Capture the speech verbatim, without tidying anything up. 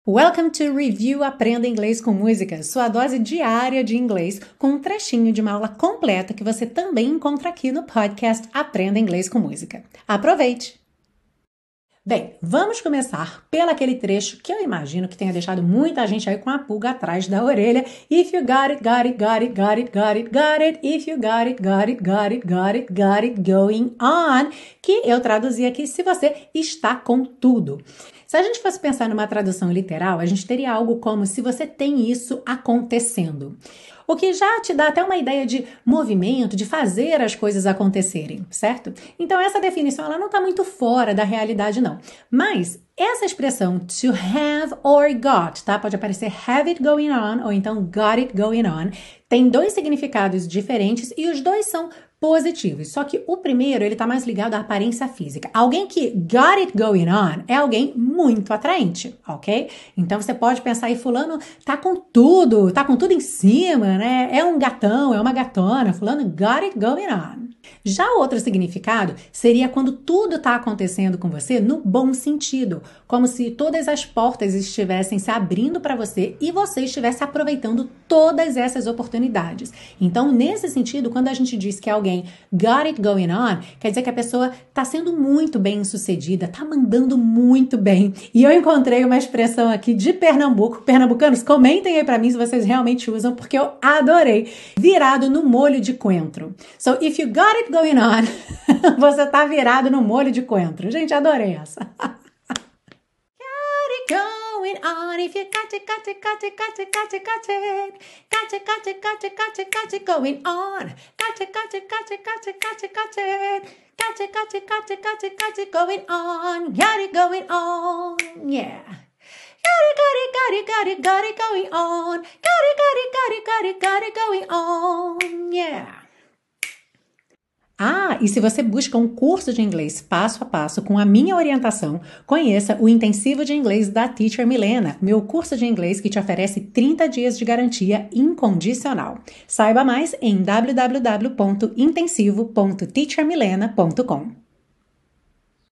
Welcome to Review Aprenda Inglês com Música, sua dose diária de inglês, com um trechinho de uma aula completa que você também encontra aqui no podcast Aprenda Inglês com Música. Aproveite! Bem, vamos começar pelo aquele trecho que eu imagino que tenha deixado muita gente aí com a pulga atrás da orelha. If you got it, got it, got it, got it, got it, got it. If you got it, got it, got it, got it, got it, going on. Que eu traduzi aqui, se você está com tudo. Se a gente fosse pensar numa tradução literal, a gente teria algo como se você tem isso acontecendo. O que já te dá até uma ideia de movimento, de fazer as coisas acontecerem, certo? Então essa definição ela não está muito fora da realidade não. Mas essa expressão to have or got, tá? Pode aparecer have it going on ou então got it going on. Tem dois significados diferentes e os dois são positivos. Só que o primeiro, ele tá mais ligado à aparência física. Alguém que got it going on é alguém muito atraente, ok? Então você pode pensar aí, fulano tá com tudo, tá com tudo em cima, né? É um gatão, é uma gatona, fulano got it going on. Já o outro significado seria quando tudo tá acontecendo com você no bom sentido, como se todas as portas estivessem se abrindo para você e você estivesse aproveitando todas essas oportunidades. Então, nesse sentido, quando a gente diz que alguém got it going on, quer dizer que a pessoa tá sendo muito bem sucedida, tá mandando muito bem. E eu encontrei uma expressão aqui de Pernambuco. Pernambucanos, comentem aí para mim se vocês realmente usam, porque eu adorei. Virado no molho de coentro. So, if you got it going on, você tá virado no molho de coentro. Gente, adorei essa. Got it going on, if you got it, got it, got it, got it, got it, got it. Got it, got it, got it, got it, got it going on. Got it, got it, got it, got it, got it, got it. Got it, got it, got it, got it, got it going on. Got it going on, yeah. Got it, got it, got it, got it, got it going on. Got it, got it, got it, got it, got it going on, yeah. Ah, e se você busca um curso de inglês passo a passo com a minha orientação, conheça o Intensivo de Inglês da Teacher Milena, meu curso de inglês que te oferece trinta dias de garantia incondicional. Saiba mais em w w w ponto intensivo ponto teacher milena ponto com.